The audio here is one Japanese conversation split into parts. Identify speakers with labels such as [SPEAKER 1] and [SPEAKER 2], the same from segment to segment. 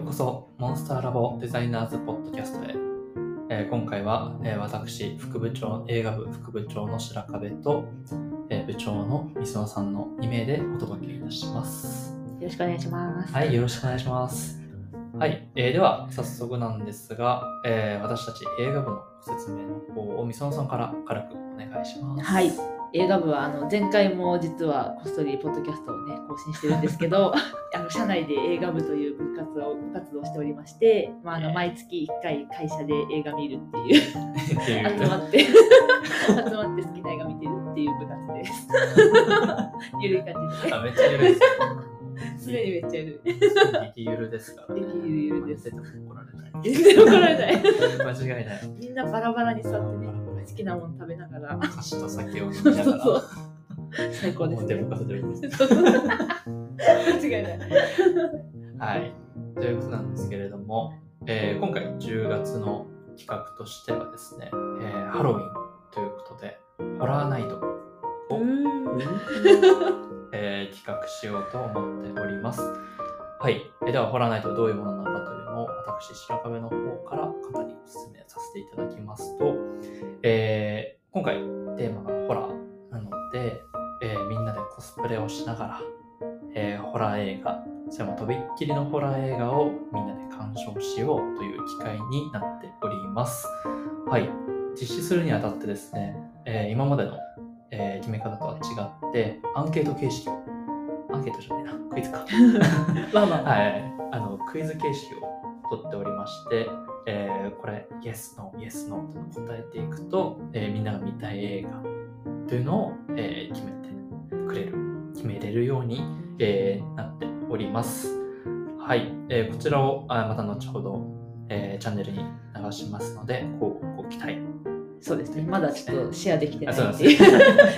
[SPEAKER 1] うこそモンスターラボデザイナーズポッドキャストへ。今回は、私映画部副部長の白壁と、部長の水野さんの2名でお届けいたします。
[SPEAKER 2] よろしくお願いします。
[SPEAKER 1] はい、よろしくお願いします。はい、では早速なんですが、私たち映画部のご説明の方を水野さんから軽くお願いします。
[SPEAKER 2] はい、映画部は前回も実はこっそりポッドキャストをね更新してるんですけど社内で映画部という部活動しておりまして、毎月1回会社で映画見るっていう集まって好きな映画見てるっていう部活です。ゆるい感じで。
[SPEAKER 1] めっちゃゆるいです。
[SPEAKER 2] すでにめっちゃゆるい。
[SPEAKER 1] 激ゆるですから、ね。
[SPEAKER 2] 激ゆるです。
[SPEAKER 1] 怒られない。
[SPEAKER 2] 全然怒られない。
[SPEAKER 1] 間違いない。
[SPEAKER 2] みんなバラバラに座ってね、好きなもの食べながら。
[SPEAKER 1] 菓子と酒を飲みながら。
[SPEAKER 2] そう最高ですね。
[SPEAKER 1] 間違い
[SPEAKER 2] ない。
[SPEAKER 1] はい。ということなんですけれども、今回10月の企画としてはですね、ハロウィンということで、ホラーナイトを企画しようと思っております。はい。では、ホラーナイトはどういうものなのかというのを、私、白壁の方から簡単にご説明させていただきますと、今回テーマがホラーなので、みんなでコスプレをしながら、ホラー映画、それもとびっきりのホラー映画をみんなで鑑賞しようという機会になっております。はい。実施するにあたってですね、今までの、決め方とは違って、アンケート形式を、アンケートじゃないな、クイズか。はい。クイズ形式を取っておりまして、これ、Yes, No, Yes, No と答えていくと、みんなが見たい映画というのを、決めれるように、なっております。はい。こちらをまた後ほど、チャンネルに流しますので、ご期待。
[SPEAKER 2] そうですね。まだちょっとシェアできてないっていう。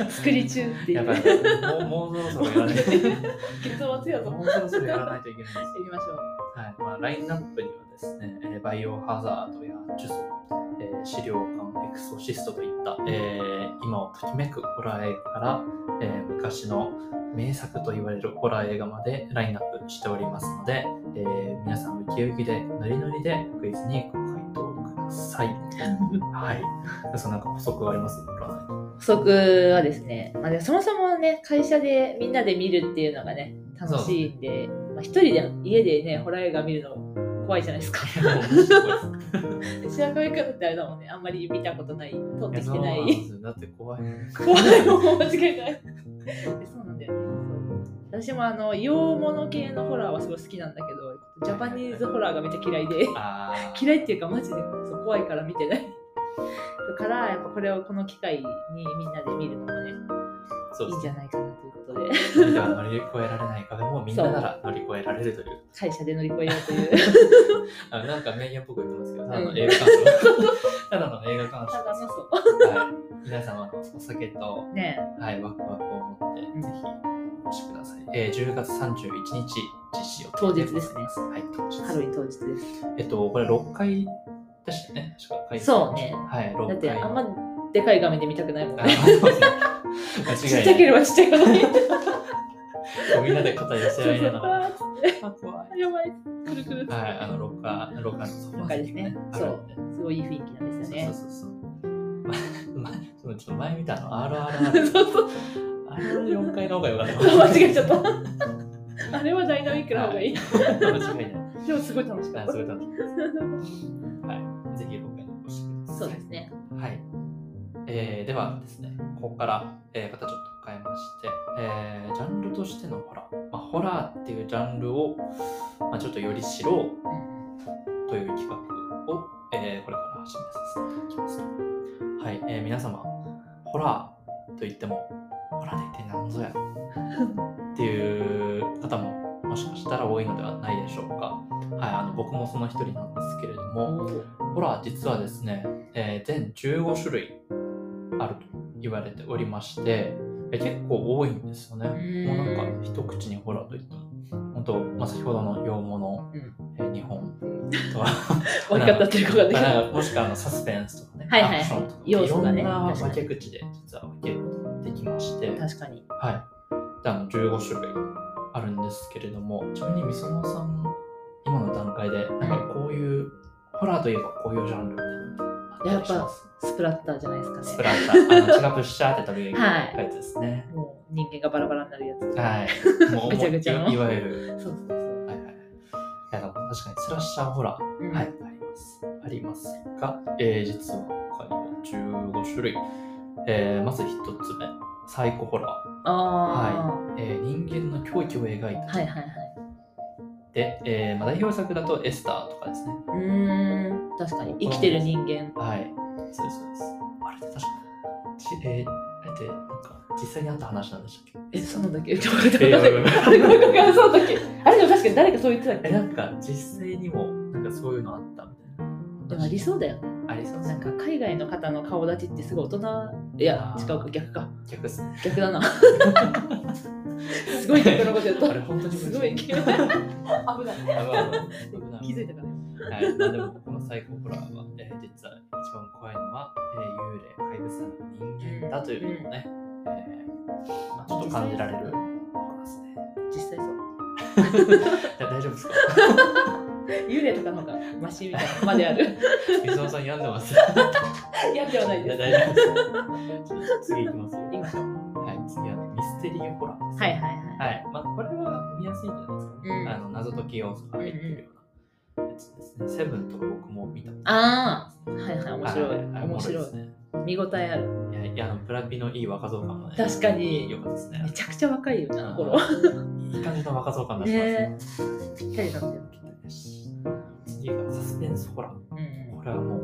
[SPEAKER 2] 作り中っていう。
[SPEAKER 1] やばい。もうそろそろやらないと。
[SPEAKER 2] 結末やぞ。
[SPEAKER 1] もうそろそろやらないといけないです。
[SPEAKER 2] やりましょう。
[SPEAKER 1] はい。ラインナップにはですね、バイオハザードやジュソ、資料館、エクソシストといった、今をときめくホラー映画から、昔の名作と言われるホラー映画までラインナップしておりますので、皆さんウキウキでノリノリでクイズにご回答ください。はい。なんか補足はあります？
[SPEAKER 2] 補足はですね、そもそもね、会社でみんなで見るっていうのがね、楽しいんで、一人で家でね、ホラー映画見るの怖いじゃないですか。白壁君ってあれだもんね、あんまり見たことない、通ってきてない。
[SPEAKER 1] だって怖い。
[SPEAKER 2] 怖いもん、間違いない。そうなんだよね。私も洋物系のホラーはすごい好きなんだけど、ジャパニーズホラーがめっちゃ嫌いで、嫌いっていうかマジで怖いから見てない。だからやっぱこの機会にみんなで見るのもね、いいんじゃないかなということで。
[SPEAKER 1] それでは乗り越えられない壁もみんななら乗り越えられるという。
[SPEAKER 2] 会社で乗り越えようという。
[SPEAKER 1] なんか名言っぽく言ってますけど、ただの映画鑑賞。ただの映画鑑賞。
[SPEAKER 2] ただのそう。
[SPEAKER 1] はい。皆様のお酒と、
[SPEAKER 2] ね、
[SPEAKER 1] はい、ワクワクを持って、ぜひお越しください。10月31日実施予定
[SPEAKER 2] 当日ですね。
[SPEAKER 1] はい、当日。
[SPEAKER 2] ハロウィン当日です。
[SPEAKER 1] これ6回でしたね。
[SPEAKER 2] そうね。
[SPEAKER 1] はい、6回。
[SPEAKER 2] だってあんまでかい画面で見たくないもんね。
[SPEAKER 1] ち
[SPEAKER 2] っちゃければちっちゃいほどいい。
[SPEAKER 1] みんなで肩寄せ合いながら。
[SPEAKER 2] 怖い。やばい。くるくる。
[SPEAKER 1] はい、廊下のソファ
[SPEAKER 2] ーですね。そう。すごいいい雰囲気なんですよね。
[SPEAKER 1] そう。ちょっと前見たRRR。そう。RR4 階の方が良かった。
[SPEAKER 2] 間違えちゃった。あれはダイナミックな方がいい。
[SPEAKER 1] 間違いない。
[SPEAKER 2] でもすごい楽しかった。
[SPEAKER 1] すごい楽しかった。はい。ぜひ6階にお越しください。
[SPEAKER 2] そうですね。
[SPEAKER 1] はい。ではですね、ここから、またちょっと変えまして、ジャンルとしてのホラー、ホラーっていうジャンルを、ちょっとより知ろうという企画を、これから始めさせていただきますと。はい、皆様、ホラーといっても、ホラーって一体何ぞやっていう方ももしかしたら多いのではないでしょうか。はい、僕もその一人なんですけれども、ホラー実はですね、全15種類あると言われておりまして、結構多いんですよね。もうなんか一口にホラーといっても本当、先ほどの洋物、日本とは
[SPEAKER 2] 分かったってる子ができる。
[SPEAKER 1] もしくはサスペンスとかね、
[SPEAKER 2] ア
[SPEAKER 1] クションとか、
[SPEAKER 2] 要素がね、
[SPEAKER 1] いろんな分け口で実は分けることができまして、
[SPEAKER 2] 確かに。
[SPEAKER 1] はい。で15種類あるんですけれども、ちなみにみそのさん今の段階でなんかこういうホラーといえばこういうジャンルみたいなのあったりします？
[SPEAKER 2] スプラッターじゃないですかね。
[SPEAKER 1] スプラッター、血がプッシャーって飛び出るやつですね。
[SPEAKER 2] もう人間がバラバラになるやつ。
[SPEAKER 1] はい。もう
[SPEAKER 2] ぐちゃぐちゃの
[SPEAKER 1] いわゆる。
[SPEAKER 2] そうそうそう。
[SPEAKER 1] はいはい。いや、確かにスラッシャーホラー、はい、ありますが、実は他にも15種類。まず一つ目、サイコホラー。はい。人間の狂気を描いた。
[SPEAKER 2] はいはいはい。
[SPEAKER 1] で、代表作だとエスターとかですね。
[SPEAKER 2] 確かに生きてる人間。
[SPEAKER 1] はい。そうです。あれって確かに。あれってなんか実際にあった話なんでしたっけ？
[SPEAKER 2] そうなんだっけ？そうだっけ？あれでも確かに誰かそう言ってたっけ？
[SPEAKER 1] なんか実際にもなんかそういうのあったみたいな。
[SPEAKER 2] でもありそうだよね。
[SPEAKER 1] ありそう。
[SPEAKER 2] なんか海外の方の顔立ちってすごい大人。いや、違うか、逆か。
[SPEAKER 1] 逆ですね。
[SPEAKER 2] 逆だな。すごい逆のことやった。
[SPEAKER 1] あれ本当に
[SPEAKER 2] すごい危ない。
[SPEAKER 1] 危ない。
[SPEAKER 2] 気づいたかね。
[SPEAKER 1] はい。でもこのサイコホラーは、実は一番怖いのは、幽霊、怪物など人間だというのをね、ちょっと感じられるホラーですね。
[SPEAKER 2] 実際そう。
[SPEAKER 1] 大丈夫ですか？
[SPEAKER 2] 幽霊とかの方がマシみたいなまである。
[SPEAKER 1] 水野さん病んでます？
[SPEAKER 2] 病んではないです。
[SPEAKER 1] 大丈夫です。次行きます。
[SPEAKER 2] 行きましょう。
[SPEAKER 1] はい、次はミステリーホラーです。
[SPEAKER 2] はい。
[SPEAKER 1] これは見やすいんじゃないですかね。謎解き要素が入ってるようなやつですね。セブンとか僕も見た。
[SPEAKER 2] 面白い。面白い。見応えある。
[SPEAKER 1] いや、プラピのいい若造感もね。
[SPEAKER 2] 確かに。
[SPEAKER 1] よかったですね。
[SPEAKER 2] めちゃくちゃ若いよね、あの頃。
[SPEAKER 1] いい感じの若造感出しますね。
[SPEAKER 2] ぴったりだったよ。
[SPEAKER 1] 次がサスペンスホラー。これはもう、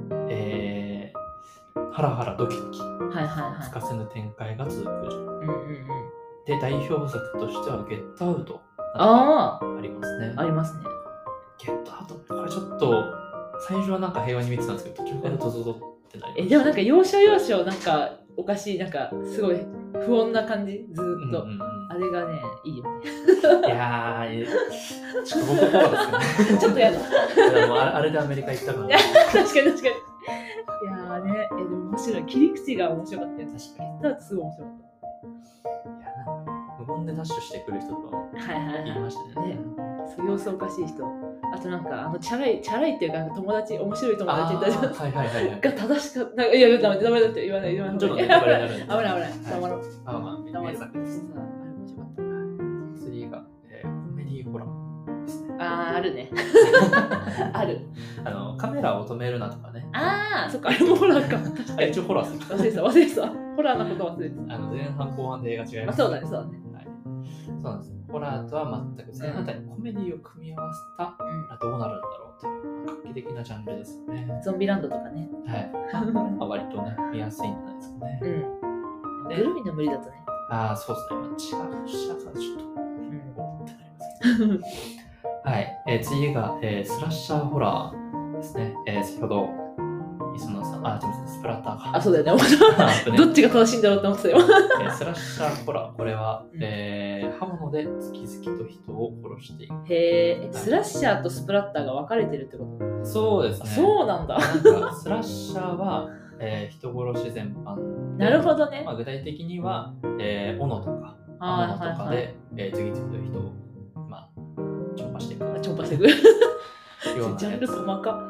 [SPEAKER 1] ハラハラドキドキ。つかせぬ展開が続くじゃん。で、代表作としてはゲットアウト。ありますね。
[SPEAKER 2] ありますね。
[SPEAKER 1] ゲットアウト。これちょっと、最初はなんか平和に見てたんですけど、途中からドドドってなりました。
[SPEAKER 2] でもなんか要所なんかおかしい、なんかすごい不穏な感じ、ずっと。あれがね、いいよね。
[SPEAKER 1] いやー、ちょっと僕怖いですよね。
[SPEAKER 2] ちょっとやだ。
[SPEAKER 1] あれでアメリカ行ったから。
[SPEAKER 2] 確かに。いやーね、でも面白い。切り口が面白かったよ。確かに。だってすごい面白かった。
[SPEAKER 1] いや、なんか無言でダッシュしてくる人とか言いましたね。
[SPEAKER 2] そう様子おかしい人。あとなんかチャラいっていうか友達、面白い友達いたじゃん。が正しかった。いや、ダメだって言わない。ちょっとネタバレになるんで。危ない。黙ろう。
[SPEAKER 1] 名作です。
[SPEAKER 2] 面白かった。
[SPEAKER 1] 次がコメディホラーですね。
[SPEAKER 2] あるね。ある。
[SPEAKER 1] カメラを止めるなとかね。
[SPEAKER 2] そっか、あれもホラーか。
[SPEAKER 1] あれ一応ホラーです。
[SPEAKER 2] 忘れてた。ホラーのこと忘れてた。
[SPEAKER 1] 前半後半で映画違います。
[SPEAKER 2] そうだね。
[SPEAKER 1] そうなんです。ホラーとは全く正反対にコメディを組み合わせたらどうなるんだろうという画期的なジャンルですね。
[SPEAKER 2] ゾンビランドとかね。
[SPEAKER 1] 割とね、見やすいんじゃないですかね。
[SPEAKER 2] グルミの無理だとね。
[SPEAKER 1] そうですね。違うし、ちょっと、ってなりますけど。はい。次が、スラッシャーホラーですね。先ほど、磯野さん、スプラッターが。
[SPEAKER 2] そうだよね。どっちが正しいんだろうって思ってたよ。
[SPEAKER 1] スラッシャーホラー、これは、刃物で次々と人を殺していく。
[SPEAKER 2] スラッシャーとスプラッターが分かれてるってこと？
[SPEAKER 1] そうですね。
[SPEAKER 2] そうなんだ。
[SPEAKER 1] なんかスラッシャーは、人殺し全般。
[SPEAKER 2] なるほどね。
[SPEAKER 1] 具体的には、斧とか刃物とかで、次々と人を、超破していく。
[SPEAKER 2] 超破していく。ジャンル細か。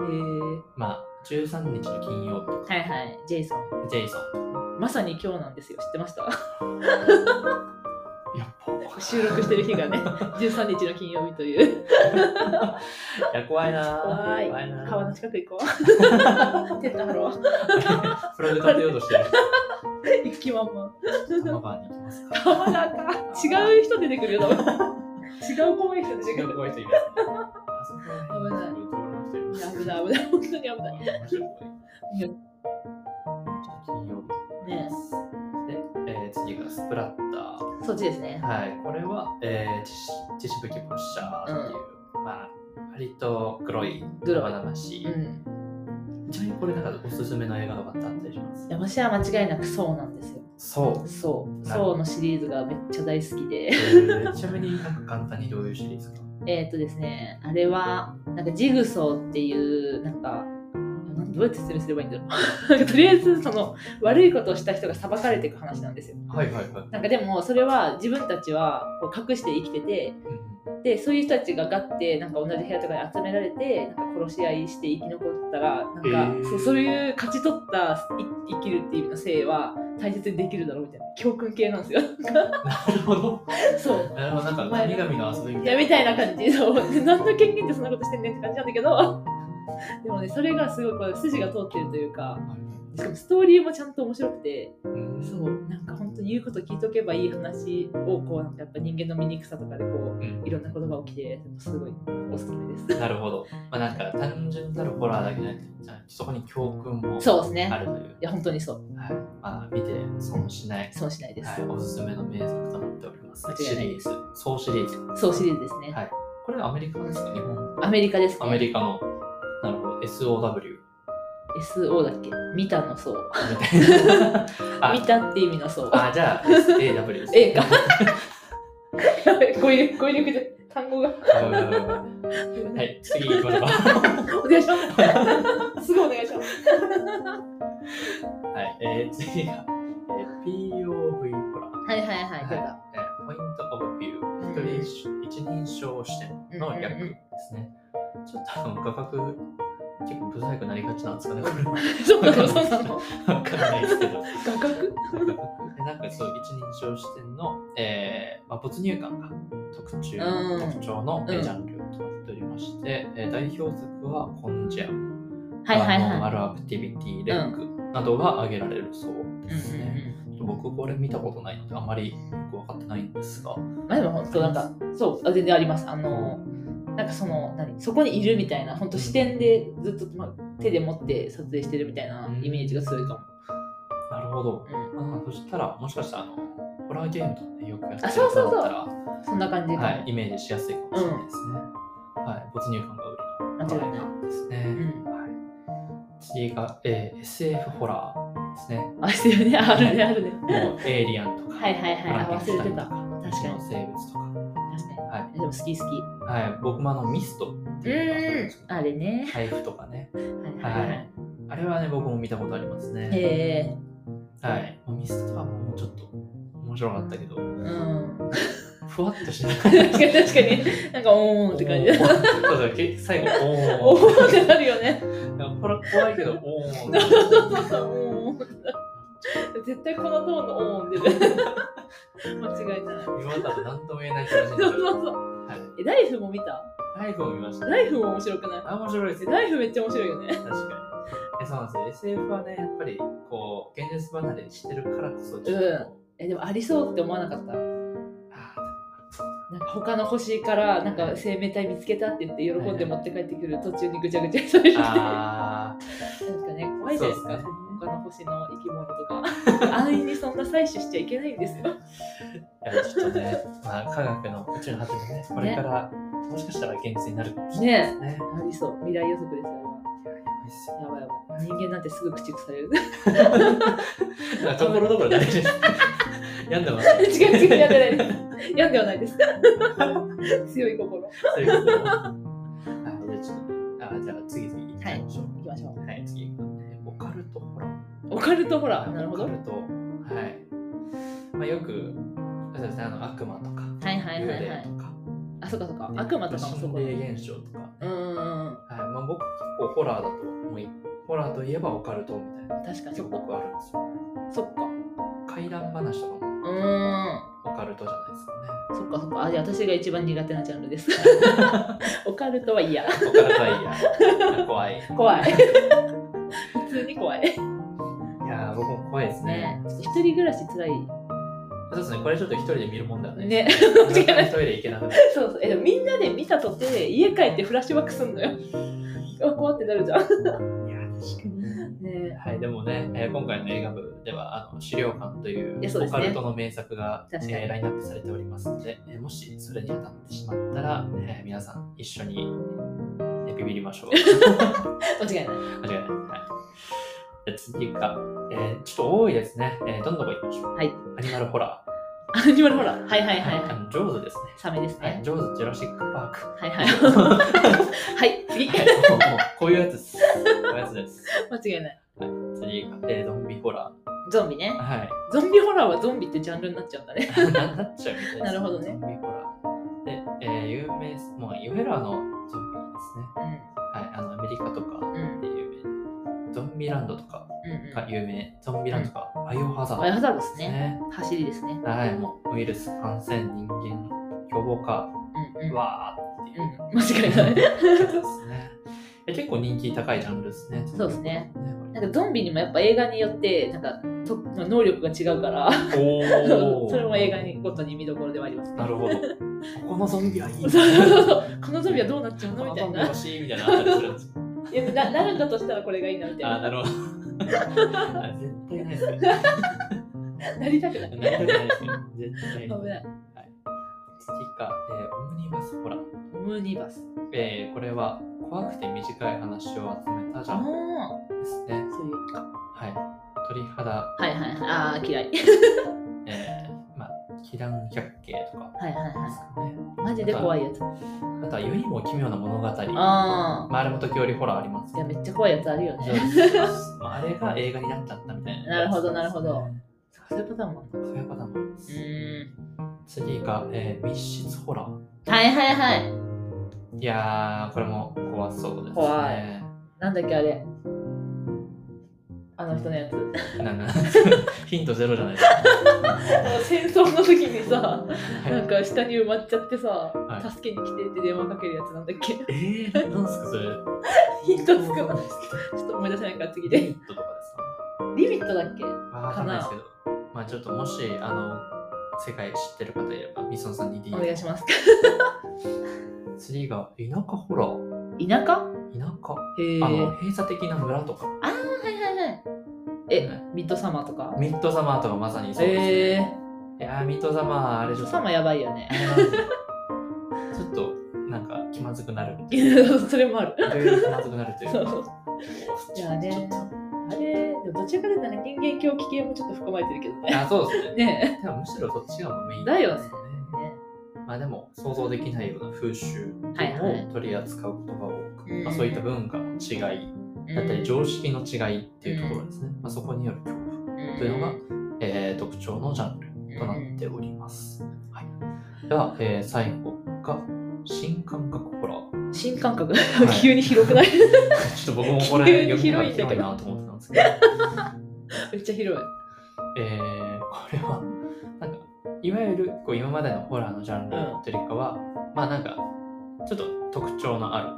[SPEAKER 1] 13日の金曜日とか。
[SPEAKER 2] ジェイソン。まさに今日なんですよ。知ってました？
[SPEAKER 1] やっぱ
[SPEAKER 2] 収録してる日がね、13日の金曜日という。
[SPEAKER 1] いや、怖いな。
[SPEAKER 2] 怖いな。川の近く行こう。テッタハロー。
[SPEAKER 1] フラグ立てようとしてる。
[SPEAKER 2] 行く気満々。
[SPEAKER 1] 浜川に行きますか。
[SPEAKER 2] 浜田か。違う人出てくるよ。違う怖い人出てくる。
[SPEAKER 1] 違う怖い人いますね。
[SPEAKER 2] 危ない。本当に危ない。
[SPEAKER 1] 金曜日
[SPEAKER 2] ね。
[SPEAKER 1] で、次がスプラッター。
[SPEAKER 2] そっちですね。
[SPEAKER 1] これは、血しぶきプッシャーっていう、割と黒い、生々しい。ちなみにこれなんかおすすめの映画とかってあったりします？
[SPEAKER 2] 私は間違いなくそうなんですよ。そうのシリーズがめっちゃ大好きで。
[SPEAKER 1] ちなみになんか簡単にどういうシリーズか？
[SPEAKER 2] ですね、あれはなんかジグソーっていうなんかどうやって説明すればいいんだろう。なんかとりあえずその悪いことをした人が裁かれていく話なんですよ。なんかでもそれは自分たちはこう隠して生きてて、 でそういう人たちがガッてなんか同じ部屋とかに集められてなんか殺し合いして生き残ったらなんか、そういう勝ち取った生きるっていう意味の性は大切にできるだろうみたいな教訓系なんですよ。
[SPEAKER 1] なるほど。
[SPEAKER 2] そう
[SPEAKER 1] なるほど、なんか神々の遊びみたいな。
[SPEAKER 2] いやみたいな感じ。そう何の権限でそんなことしてんねんって感じなんだけどでもねそれがすごいこう筋が通ってるというか、しかもストーリーもちゃんと面白くて、そうなんか本当に言うこと聞いとけばいい話をこうなんかやっぱ人間の醜さとかでこう、いろんなことが起きてすごいおすすめです。
[SPEAKER 1] なるほど。まあなんか単純なるホラーだけじゃなくてそこに教訓も
[SPEAKER 2] そうですね
[SPEAKER 1] あるという。
[SPEAKER 2] いや本当にそう。
[SPEAKER 1] はい。まあ見て損しない。
[SPEAKER 2] 損しないです。
[SPEAKER 1] はい。おすすめの名作となっております。
[SPEAKER 2] シリーズ。
[SPEAKER 1] 総シリーズ。
[SPEAKER 2] 総シリーズですね。
[SPEAKER 1] はい。これはアメリカですか日本？
[SPEAKER 2] アメリカですね。
[SPEAKER 1] アメリカの。なるほど。
[SPEAKER 2] SOW。SO だっけ見たのそう。見たって意味のそう。
[SPEAKER 1] あ、じゃあ SAW です。
[SPEAKER 2] A か。やばい、語彙力で単語が。
[SPEAKER 1] はい、次行きましょうか。
[SPEAKER 2] お願いします。すぐお願いします。
[SPEAKER 1] はい、次が、POV ホラー。
[SPEAKER 2] はいはいはい、出た。
[SPEAKER 1] ポイントオブビュー、一人称視点の略ですね。ちょっと画角結構不細工なりがちなんですかね、これ。
[SPEAKER 2] そうなの、そうなの。
[SPEAKER 1] わかんないですけど。
[SPEAKER 2] 画角
[SPEAKER 1] なんかそう、一人称視点の、没入感が特徴のジャンルとなっておりまして、代表作はコンジェアム、
[SPEAKER 2] はいはいはい、
[SPEAKER 1] ノーマルアクティビティ、レッグなどが挙げられるそうですね。僕これ見たことないのであまりよく分かってないんですが。
[SPEAKER 2] まあでも本当なんか、そう全然あります。なんかそこにいるみたいな本当視点でずっと、手で持って撮影してるみたいなイメージが強いかも。
[SPEAKER 1] なるほど。そしたらもしかしたらホラーゲームとかねよくやってる
[SPEAKER 2] そう
[SPEAKER 1] 方だったら
[SPEAKER 2] そんな感じかも、
[SPEAKER 1] イメージしやすいかもしれないですね。没入感が売りのホラーゲームですね。次が、SF ホラーですね。
[SPEAKER 2] SF ね、あるねあるね。
[SPEAKER 1] もうエイリアンとか、
[SPEAKER 2] 忘れてた。確かに。
[SPEAKER 1] 生物とか。
[SPEAKER 2] 確かに。でも好き。
[SPEAKER 1] 僕もミストっていうのが
[SPEAKER 2] あれね。
[SPEAKER 1] 配布とかね。あれはね、僕も見たことありますね。ミストとかもうちょっと面白かったけど、ふわっとしない。
[SPEAKER 2] 確かに。なんか、おーって感じ。
[SPEAKER 1] そう最後、
[SPEAKER 2] おーってなるよね。
[SPEAKER 1] 怖いけど、おー。
[SPEAKER 3] 絶対このトーンのオンで間違いない。
[SPEAKER 1] 今までと何とも言えない気がします。
[SPEAKER 2] ライフも見た？
[SPEAKER 1] ライフも見ました。
[SPEAKER 2] ライフも面白くない？
[SPEAKER 1] 面白いですね。
[SPEAKER 2] ライフめっちゃ面白いよね。
[SPEAKER 1] 確かに。そうなんですよ。SF はね、やっぱりこう現実離れしてるからこそちょっと、
[SPEAKER 2] でもありそうって思わなかった？なんか他の星からなんか生命体見つけたって言って喜んで持って帰ってくる途中にぐちゃぐちゃされてて、なんかね怖いじゃないですか。他の星の生き物とか安易にそんな採取しちゃいけないんですよ。
[SPEAKER 1] いやちょっとね、科学の宇宙の果てでね、これからもしかしたら現実になるかもしれないですね。
[SPEAKER 2] ありそう。未来予測ですよ。やばい。人間なんてすぐ駆逐される。
[SPEAKER 1] ところどころ大事です。病んでます。
[SPEAKER 2] 違う、病んでないです。病んではないです。強い心。
[SPEAKER 1] 強い心。じゃあ次行きましょう。
[SPEAKER 2] 行きましょう。
[SPEAKER 1] はい、次。オカルトホラー。
[SPEAKER 2] オカルトホラー。なるほど。
[SPEAKER 1] オカルト。はい。よく、そうですね、悪魔とか、幽霊とか。
[SPEAKER 2] そうか。悪魔とかもそうか。
[SPEAKER 1] 心霊現象とか。僕結構ホラーだと思い、ホラーといえばオカルトみたいな。
[SPEAKER 2] 確かに。
[SPEAKER 1] すごくあるんですよ。
[SPEAKER 2] そっか。
[SPEAKER 1] 怪談話とかも。オカルトじゃないですかね。
[SPEAKER 2] そっか。じゃあ私が一番苦手なジャンルです。オカルトは嫌。
[SPEAKER 1] オカルトは嫌。怖い。
[SPEAKER 2] 普通に怖い。
[SPEAKER 1] いや僕も怖いですね。
[SPEAKER 2] 一人暮らし辛い。
[SPEAKER 1] そうですね、これちょっと一人で見るもんだよね。
[SPEAKER 2] ね。
[SPEAKER 1] 一人で行けなくなる。
[SPEAKER 2] そう。でもみんなで見たとて家帰ってフラッシュバックすんのよ。怖ってなるじゃん。
[SPEAKER 1] いや、確かに。はい、でもね、今回の映画部では資料館というオカルトの名作が、ラインナップされておりますので、もしそれに当たってしまったら、皆さん一緒に、ビビりましょう。
[SPEAKER 2] 間違いない。
[SPEAKER 1] はい、次が、ちょっと多いですね。どんどん行きましょう。
[SPEAKER 2] はい。
[SPEAKER 1] アニマルホラー。
[SPEAKER 2] はい。ジョ
[SPEAKER 1] ーズですね。
[SPEAKER 2] サメですね。
[SPEAKER 1] ジョーズ、ジュラシックパーク。
[SPEAKER 2] はい、次。
[SPEAKER 1] こういうやつです。
[SPEAKER 2] 間違いない。
[SPEAKER 1] 次が、ゾンビホラ
[SPEAKER 2] ー。ゾンビね。
[SPEAKER 1] はい。
[SPEAKER 2] ゾンビホラーはゾンビってジャンルになっちゃうんだね。
[SPEAKER 1] なっちゃうみたいです。
[SPEAKER 2] なるほどね。
[SPEAKER 1] ゾンビホラで、有名、もうイオヘラのゾンビですね。はい、アメリカとかで有名、ゾンビランドとかが有名、ゾンビランドとか、バイオハザード。
[SPEAKER 2] バイオハザードですね。走りですね。
[SPEAKER 1] はい、もうウイルス、感染、人間、凶暴化、わーっていう。
[SPEAKER 2] 間違いない。
[SPEAKER 1] ですね。結構人気高いジャンルですね。
[SPEAKER 2] そうですね。なんかゾンビにもやっぱ映画によってなんか能力が違うからそれも映画にごとに見どころではありますね。
[SPEAKER 1] なるほど。ここのゾンビはいい。
[SPEAKER 2] このゾンビはどうなっちゃうのみたいな。
[SPEAKER 1] 欲しいみたいなあったりするんですか。
[SPEAKER 2] いやなるんだとしたらこれがいいなみたいな。
[SPEAKER 1] なるほど。絶対ないですよ。
[SPEAKER 2] なりたくない。
[SPEAKER 1] なりたくないですよ。絶対
[SPEAKER 2] 危ない。
[SPEAKER 1] はい。次が、オムニバスホラー。
[SPEAKER 2] オムニバス。
[SPEAKER 1] これは怖くて短い話を集めたジャンルですね。
[SPEAKER 2] そういうか。
[SPEAKER 1] はい。鳥肌。
[SPEAKER 2] はいはいはい。ああ、嫌い。
[SPEAKER 1] まあ、奇談百景とか
[SPEAKER 2] はいはい
[SPEAKER 1] ですかね。
[SPEAKER 2] マジで怖いやつ。
[SPEAKER 1] あとは世にも奇妙な物語。
[SPEAKER 2] あ
[SPEAKER 1] あれも時折ホラーあります。
[SPEAKER 2] いや、めっちゃ怖いやつあるよね。
[SPEAKER 1] あれが映画になっちゃったみたいな。
[SPEAKER 2] なるほどなるほど。そういうパターンもある。
[SPEAKER 1] そういうパターンもあります。次が、密室ホラー。
[SPEAKER 2] はいはいはい。
[SPEAKER 1] いやー、これも怖そうですね。
[SPEAKER 2] 怖い。なんだっけあれ。あの人のやつ。
[SPEAKER 1] ヒントゼロじゃないですか。
[SPEAKER 2] 戦争の時にさ、なんか下に埋まっちゃってさ、助けに来てって電話かけるやつなんだっけ。
[SPEAKER 1] なんすかそれ。
[SPEAKER 2] ヒントつくな。ちょっと思い出せないから次で。
[SPEAKER 1] リミットとかですか。
[SPEAKER 2] リミットだっけ
[SPEAKER 1] わかんないですけど。まあちょっともし、世界知ってる方いれば、みそんさんに DM
[SPEAKER 2] お願いします。
[SPEAKER 1] 次が、田舎ホラー。
[SPEAKER 2] 田舎？
[SPEAKER 1] 田舎。閉鎖的な村とか。
[SPEAKER 2] ああ、はいはいはい。ミッドサマーとか。
[SPEAKER 1] ミッドサマーとかまさにそうですね。いやー、ミッドサマー、あれちょっと。ミッド
[SPEAKER 2] サマーやばいよね。
[SPEAKER 1] ちょっと、なんか気まずくなる。
[SPEAKER 2] それもある。
[SPEAKER 1] いろいろ気まずくなるというか。
[SPEAKER 2] いやね。あれ、でもどちらかというと人間狂気系もちょっと含まれてるけどね。
[SPEAKER 1] そうですね。
[SPEAKER 2] ね。
[SPEAKER 1] でもむしろそっちがメイン
[SPEAKER 2] だよね。
[SPEAKER 1] まあでも想像できないような風習を取り扱うことが多く、そういった文化の違いだったり常識の違いっていうところですね。そこによる恐怖というのが、特徴のジャンルとなっております。はい、では、最後が新感覚ホラー。
[SPEAKER 2] 新感覚、急に広くない？
[SPEAKER 1] ちょっと僕もこれ読みが広いなと思ってたんですけど。
[SPEAKER 2] めっちゃ広い。
[SPEAKER 1] これはなんかいわゆるこう今までのホラーのジャンルというよりかは、まあなんかちょっと特徴のある、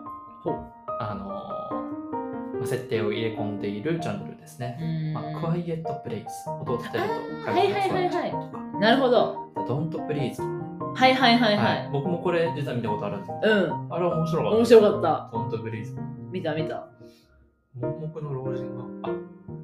[SPEAKER 1] 設定を入れ込んでいるジャンルですね。クワイエットプレイス、踊ってると
[SPEAKER 2] はいはいはいはい。なるほど。
[SPEAKER 1] ドントプリーズ。
[SPEAKER 2] はいはいはいはい。
[SPEAKER 1] 僕もこれ実は見たことあるんですけど、あれは面白かった。
[SPEAKER 2] 面白かった。
[SPEAKER 1] ドントプリーズ。
[SPEAKER 2] 見た見た。
[SPEAKER 1] 盲目の老人が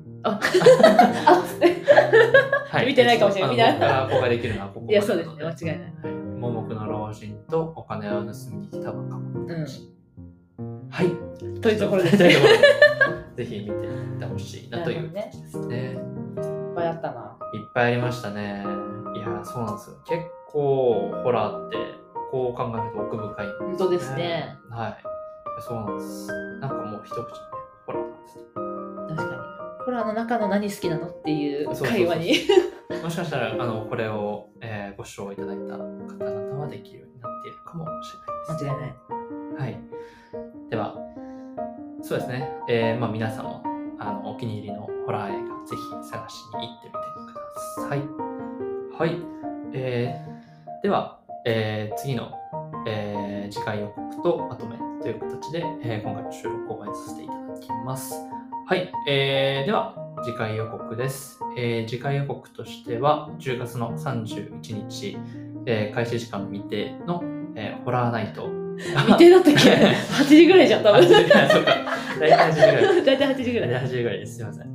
[SPEAKER 2] 見てないかもしれない。
[SPEAKER 1] ここから公開できるのはここ。
[SPEAKER 2] いや、そうですね、間違いない。
[SPEAKER 1] 盲目の老人とお金を盗みに来た若者たち。はい。
[SPEAKER 2] というところで、
[SPEAKER 1] ぜひ見てみてほしいなという感じですね。いっ
[SPEAKER 2] ぱいあったな。
[SPEAKER 1] いっぱいありましたね。いや、そうなんですよ。結構ホラーってこう考えると奥深い。
[SPEAKER 2] 本当ですね。
[SPEAKER 1] はい。そうなんです。なんかもう一口でホラーなんです。
[SPEAKER 2] 確かに。ホラーの中の何好きなのっていう会話に。
[SPEAKER 1] もしかしたらこれを、ご視聴いただいた方々はできるようになっているかもしれないです。
[SPEAKER 2] 間違いない。
[SPEAKER 1] はい。では、そうですね。皆さんもお気に入りのホラー映画ぜひ探しに行ってみてください。はい。では、次の、次回予告とまとめという形で、今回の収録を終わりさせていただきます。はい。では、次回予告です。次回予告としては、10月の31日、開始時間未定の、ホラーナイト。
[SPEAKER 2] 未定だったっけ？ 8 時ぐらいじゃん、多分。
[SPEAKER 1] 8時ぐらい、そうか。大体8時ぐらい。
[SPEAKER 2] 大体8時ぐらい。
[SPEAKER 1] 大体8時ぐらいです。すいません。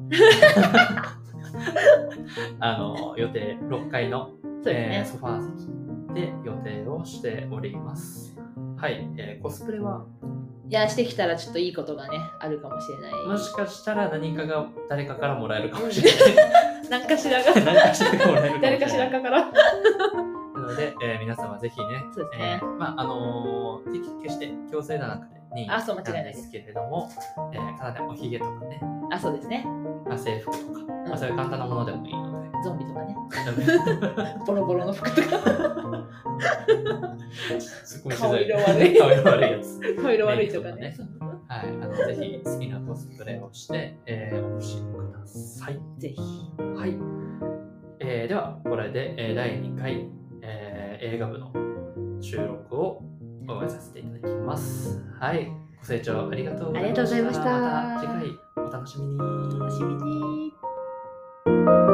[SPEAKER 1] 予定6階の、ソファー席で予定をしております。はい。コスプレはい
[SPEAKER 2] や、してきたらちょっといいことがね、あるかもしれない。
[SPEAKER 1] もしかしたら何かが誰かからもらえるかもしれない。
[SPEAKER 2] 何かしらが。
[SPEAKER 1] 何かしらがもらえるかもしれない。
[SPEAKER 2] 誰かしらかから。
[SPEAKER 1] なので、皆様ぜひね、
[SPEAKER 2] そうですね。
[SPEAKER 1] 決して強制ではなくて任意なんですけれども、ただね、おひげとかね、
[SPEAKER 2] そうですね。
[SPEAKER 1] 制服とか、そういう簡単なものでもいいので。
[SPEAKER 2] ゾンビとかね。ボロボロの服とか。
[SPEAKER 3] 顔色悪い
[SPEAKER 1] 顔色悪いやつ。
[SPEAKER 3] 顔色悪いとかね。
[SPEAKER 1] はい、ぜひ好きなコスプレをして、お越しください。
[SPEAKER 2] ぜひ。
[SPEAKER 1] はい。では、これで、第2回、映画部の収録を終えさせていただきます。はい。ご清聴ありがとうございました。
[SPEAKER 2] ありがとうございました
[SPEAKER 1] また次回お楽しみに。
[SPEAKER 2] 楽しみに。